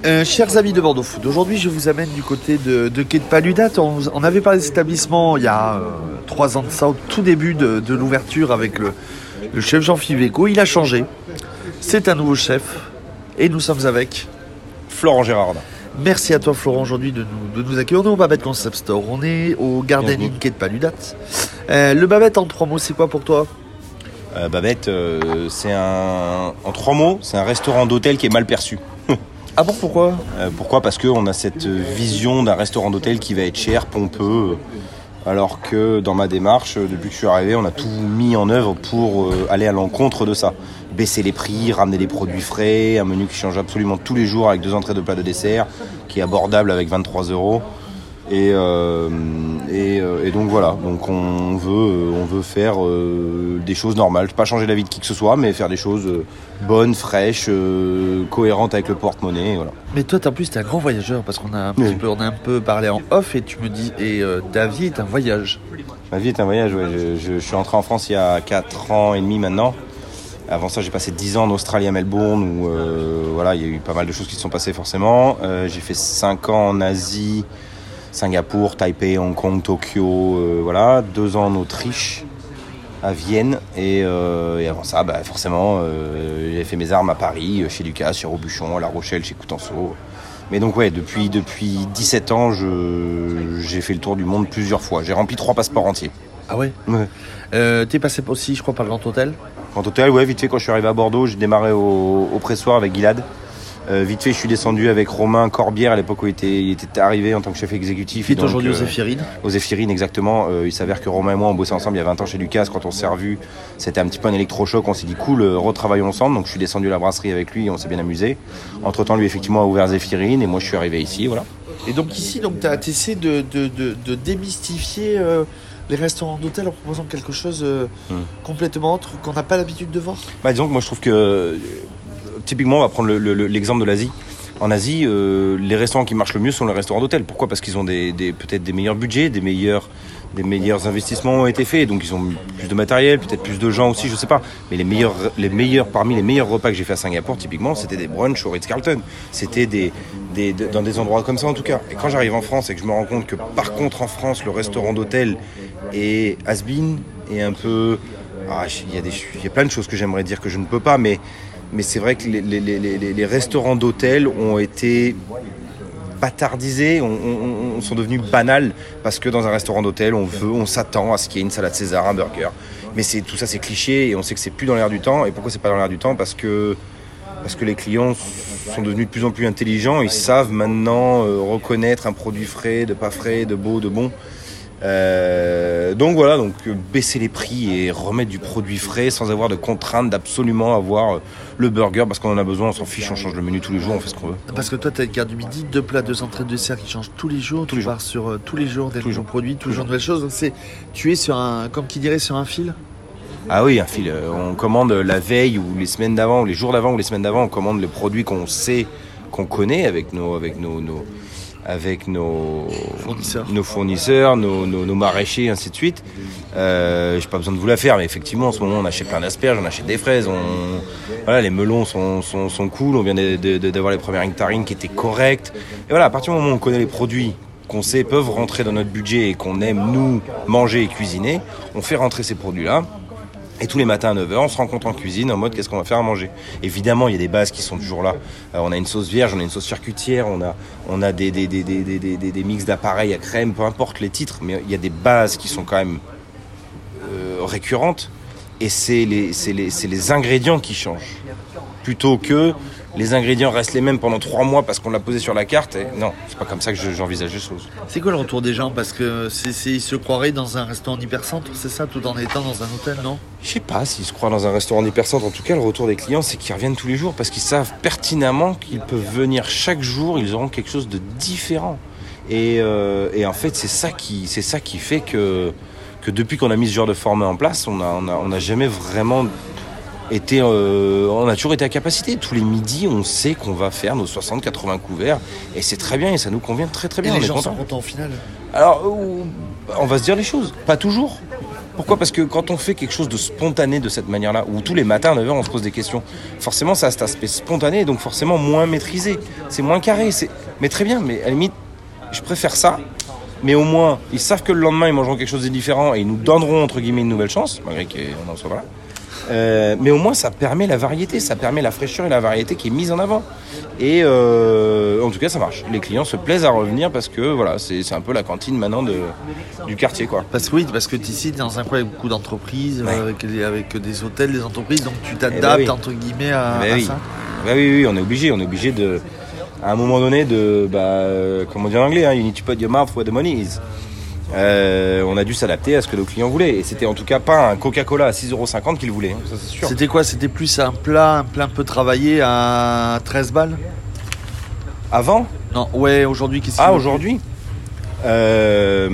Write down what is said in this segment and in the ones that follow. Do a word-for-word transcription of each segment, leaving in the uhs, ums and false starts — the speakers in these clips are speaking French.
Euh, chers amis de Bordeaux Food, aujourd'hui je vous amène du côté de, de Quai de Paludat. On, on avait parlé de cet établissement il y a euh, trois ans de ça, au tout début de, de l'ouverture avec le, le chef Jean-Philippe Véco. Il a changé, c'est un nouveau chef et nous sommes avec Florent Gérard. Merci à toi Florent aujourd'hui de nous, de nous accueillir. On est au Babette Concept Store, on est au Garden Inn Quai de Paludat. Euh, le Babette en trois mots, c'est quoi pour toi? euh, Babette, euh, c'est un... En trois mots, c'est un restaurant d'hôtel qui est mal perçu. Ah bon, pourquoi? euh, Pourquoi? Parce qu'on a cette vision d'un restaurant d'hôtel qui va être cher, pompeux, alors que dans ma démarche, depuis que je suis arrivé, on a tout mis en œuvre pour euh, aller à l'encontre de ça. Baisser les prix, ramener des produits frais, un menu qui change absolument tous les jours avec deux entrées de plat de dessert, qui est abordable avec vingt-trois euros. Et, euh, et, euh, et donc voilà, donc on veut, euh, on veut faire euh, des choses normales, pas changer la vie de qui que ce soit, mais faire des choses euh, bonnes, fraîches, euh, cohérentes avec le porte-monnaie. Voilà. Mais toi, en plus, t'es un grand voyageur parce qu'on a un petit Oui. peu, on a un peu parlé en off et tu me dis, et euh, ta vie est un voyage. Ma vie est un voyage, ouais. je, je, je suis entré en France il y a quatre ans et demi maintenant. Avant ça, j'ai passé dix ans en Australie, à Melbourne, où euh, voilà, il y a eu pas mal de choses qui se sont passées forcément. Euh, j'ai fait cinq ans en Asie, Singapour, Taipei, Hong Kong, Tokyo, euh, voilà, deux ans en Autriche, à Vienne, et, euh, et avant ça, bah, forcément, euh, j'ai fait mes armes à Paris, chez Lucas, chez Robuchon, à La Rochelle, chez Coutenceau. Mais donc ouais, depuis, depuis dix-sept ans, je, j'ai fait le tour du monde plusieurs fois. J'ai rempli trois passeports entiers. Ah ouais, Ouais. euh, T'es passé aussi, je crois, par le Grand Hôtel. Grand Hôtel, ouais, vite fait, quand je suis arrivé à Bordeaux, j'ai démarré au, au pressoir avec Gilad. Euh, vite fait, je suis descendu avec Romain Corbière à l'époque où il était, il était arrivé en tant que chef exécutif. Qui est donc, aujourd'hui aux euh, Zéphirines. Aux Zéphirines, exactement. Euh, il s'avère que Romain et moi, on bossait ensemble il y a vingt ans chez Lucas. Quand on s'est revus, c'était un petit peu un électrochoc. On s'est dit, cool, euh, retravaillons ensemble. Donc, je suis descendu à la brasserie avec lui et on s'est bien amusé. Entre-temps, lui, effectivement, a ouvert Zéphirines et moi, je suis arrivé ici, voilà. Et donc ici, donc, tu as essayé de, de, de, de démystifier euh, les restaurants d'hôtel en proposant quelque chose euh, Hmm. complètement autre qu'on n'a pas l'habitude de voir. Bah, disons que moi, je trouve que, euh, typiquement, on va prendre le, le, le, l'exemple de l'Asie. En Asie, euh, les restaurants qui marchent le mieux sont les restaurants d'hôtel. Pourquoi? Parce qu'ils ont des, des, peut-être des meilleurs budgets, des meilleurs, des meilleurs investissements ont été faits. Donc ils ont plus de matériel, peut-être plus de gens aussi, je sais pas. Mais les meilleurs, les meilleurs, parmi les meilleurs repas que j'ai fait à Singapour, typiquement, c'était des brunchs au Ritz-Carlton. C'était des, des, de- dans des endroits comme ça en tout cas. Et quand j'arrive en France et que je me rends compte que par contre en France, le restaurant d'hôtel est has-been, et un peu... Ah, il y a des, il y a plein de choses que j'aimerais dire que je ne peux pas, mais... Mais c'est vrai que les, les, les, les, les restaurants d'hôtel ont été bâtardisés, on, on, on sont devenus banals parce que dans un restaurant d'hôtel, on veut, on s'attend à ce qu'il y ait une salade César, un burger. Mais c'est, tout ça, c'est cliché et on sait que c'est plus dans l'air du temps. Et pourquoi c'est pas dans l'air du temps? Parce que, parce que les clients sont devenus de plus en plus intelligents. Ils savent maintenant euh, reconnaître un produit frais, de pas frais, de beau, de bon. Euh, donc voilà, donc euh, baisser les prix et remettre du produit frais sans avoir de contrainte d'absolument avoir euh, le burger parce qu'on en a besoin, on s'en fiche, on change le menu tous les jours, on fait ce qu'on veut. Parce que toi, tu as une carte du midi, deux plats, deux entrées, deux desserts qui changent tous les jours. Tous tu les pars sur euh, tous les jours des Tous les nouveaux jours. produits, tous les Tous jours les de nouvelles choses. Donc c'est, tu es sur un, comme qui dirait, sur un fil. Ah oui, un fil, euh, on commande la veille ou les semaines d'avant, ou les jours d'avant ou les semaines d'avant, on commande les produits qu'on sait, qu'on connaît avec nos, avec nos, nos avec nos Fournisseurs. nos, fournisseurs, nos, nos, nos maraîchers, ainsi de suite. Euh, j'ai pas besoin de vous la faire, mais effectivement, en ce moment, on achète plein d'asperges, on achète des fraises, on... voilà, les melons sont, sont, sont cool, on vient de, de, de, d'avoir les premières nectarines qui étaient correctes. Et voilà, à partir du moment où on connaît les produits qu'on sait peuvent rentrer dans notre budget et qu'on aime, nous, manger et cuisiner, on fait rentrer ces produits-là. Et tous les matins à neuf heures, on se rencontre en cuisine en mode qu'est-ce qu'on va faire à manger. Évidemment, il y a des bases qui sont toujours là. Euh, on a une sauce vierge, on a une sauce charcutière, on a, on a des, des, des, des, des, des, des mix d'appareils à crème, peu importe les titres, mais il y a des bases qui sont quand même euh, récurrentes. Et c'est les, c'est, les, c'est les ingrédients qui changent. Plutôt que les ingrédients restent les mêmes pendant trois mois parce qu'on l'a posé sur la carte. Et non, c'est pas comme ça que je, j'envisage les choses. C'est quoi le retour des gens? Parce que c'est, c'est, ils se croiraient dans un restaurant hypercentre, c'est ça, tout en étant dans un hôtel, non? Je sais pas s'ils se croient dans un restaurant hypercentre. En tout cas, le retour des clients, c'est qu'ils reviennent tous les jours parce qu'ils savent pertinemment qu'ils peuvent venir chaque jour, ils auront quelque chose de différent. Et, euh, et en fait, c'est ça qui, c'est ça qui fait que, que depuis qu'on a mis ce genre de format en place, on a, on a, on a jamais vraiment été, euh, on a toujours été à capacité. Tous les midis, on sait qu'on va faire nos soixante à quatre-vingts couverts et c'est très bien et ça nous convient très très bien. Et on les est gens content. sont contents au final. Alors, euh, on va se dire les choses. Pas toujours. Pourquoi ? Parce que quand on fait quelque chose de spontané de cette manière-là, où tous les matins à neuf heures on se pose des questions, forcément ça a cet aspect spontané, donc forcément moins maîtrisé. C'est moins carré, c'est... mais très bien, mais à la limite, je préfère ça. Mais au moins, ils savent que le lendemain, ils mangeront quelque chose de différent et ils nous donneront, entre guillemets, une nouvelle chance, malgré qu'on en soit là. Euh, mais au moins, ça permet la variété, ça permet la fraîcheur et la variété qui est mise en avant. Et euh, en tout cas, ça marche. Les clients se plaisent à revenir parce que voilà, c'est, c'est un peu la cantine maintenant de, du quartier, quoi. Parce que oui, parce que tu es ici dans un coin avec beaucoup d'entreprises, Ouais. avec, avec des hôtels, des entreprises, donc tu t'adaptes, bah oui. entre guillemets, à, Bah à oui. ça. Bah oui, oui, on est obligé, on est obligé de, à un moment donné, de, bah, euh, comme on dit en anglais, hein, you need to put your mouth where the money is. Euh, on a dû s'adapter à ce que nos clients voulaient. Et c'était en tout cas pas un Coca-Cola à six euros cinquante qu'ils voulaient, ça c'est sûr. C'était quoi ? C'était plus un plat, un plat un peu travaillé à treize balles ? Avant ? Non, ouais, aujourd'hui, qu'est-ce qu'il Ah, veut aujourd'hui euh...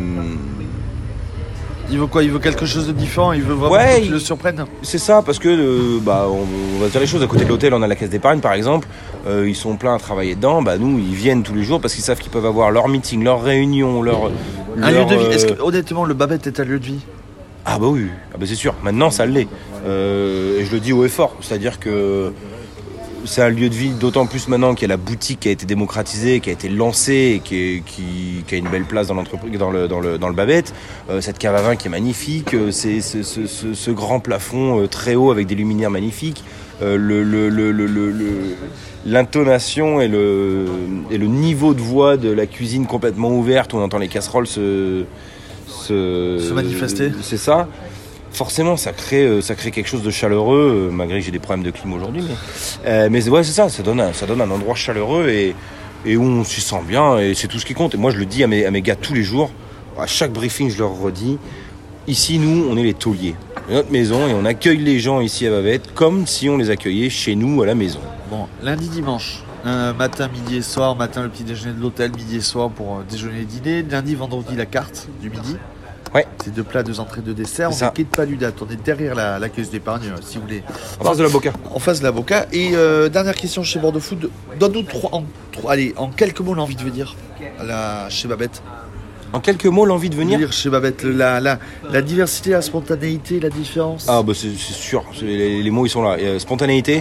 Il veut quoi ? Il veut quelque chose de différent ? Il veut vraiment Ouais, que tu il- le surprennes ? C'est ça, parce que, euh, bah, on, on va se dire les choses. À côté de l'hôtel, on a la caisse d'épargne, par exemple. Euh, ils sont pleins à travailler dedans. Bah, nous, ils viennent tous les jours parce qu'ils savent qu'ils peuvent avoir leur meeting, leur réunion, leur... Un leur, lieu de vie. euh, Est-ce que, honnêtement, le Babette est un lieu de vie ? Ah bah oui, ah bah c'est sûr. Maintenant, ça l'est. Euh, et je le dis haut et fort. C'est-à-dire que c'est un lieu de vie, d'autant plus maintenant qu'il y a la boutique qui a été démocratisée, qui a été lancée et qui, est- qui, qui a une belle place dans l'entreprise, dans le, dans le, dans le Babette. Euh, cette cave à vin qui est magnifique, euh, c'est, c'est- ce, ce, ce grand plafond euh, très haut avec des luminaires magnifiques. Euh, le, le, le, le, le- le- l'intonation et le, et le niveau de voix de la cuisine complètement ouverte, où on entend les casseroles se, se, Se manifester. C'est ça. Forcément, ça crée, euh, ça crée quelque chose de chaleureux, euh, malgré que j'ai des problèmes de clim aujourd'hui. Mais, euh, mais ouais, c'est ça, ça donne un, ça donne un endroit chaleureux et, et où on s'y sent bien et c'est tout ce qui compte. Et moi, je le dis à mes, à mes gars tous les jours, à chaque briefing, je leur redis, ici, nous, on est les tauliers. C'est notre maison et on accueille les gens ici à Babette comme si on les accueillait chez nous à la maison. Bon, lundi, dimanche, euh, matin, midi et soir, matin le petit déjeuner de l'hôtel, midi et soir pour euh, déjeuner et dîner. Lundi, vendredi, la carte du midi. Ouais. C'est deux plats, deux entrées, deux desserts. C'est On ça. est quai de Paludat, on est derrière la, la caisse d'épargne, euh, si vous voulez. En face de la Boca. En face de l'avocat. Et euh, dernière question chez Bordeaux Food. Donne-nous trois, en, trois, allez, en quelques mots l'envie de venir à la, chez Babette. En quelques mots, l'envie de venir. Venir chez Babette, la, la, la diversité, la spontanéité, la différence. Ah bah c'est, c'est sûr, c'est- les, les mots ils sont là. Euh, spontanéité,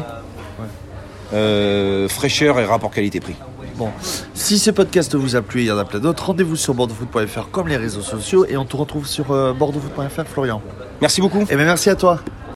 euh, fraîcheur et rapport qualité-prix. Bon, si ce podcast vous a plu, il y en a plein d'autres. Rendez-vous sur bordeaux foot point f r comme les réseaux sociaux et on te retrouve sur euh, bordeaux foot point f r, Florian. Merci beaucoup. Et bien merci à toi.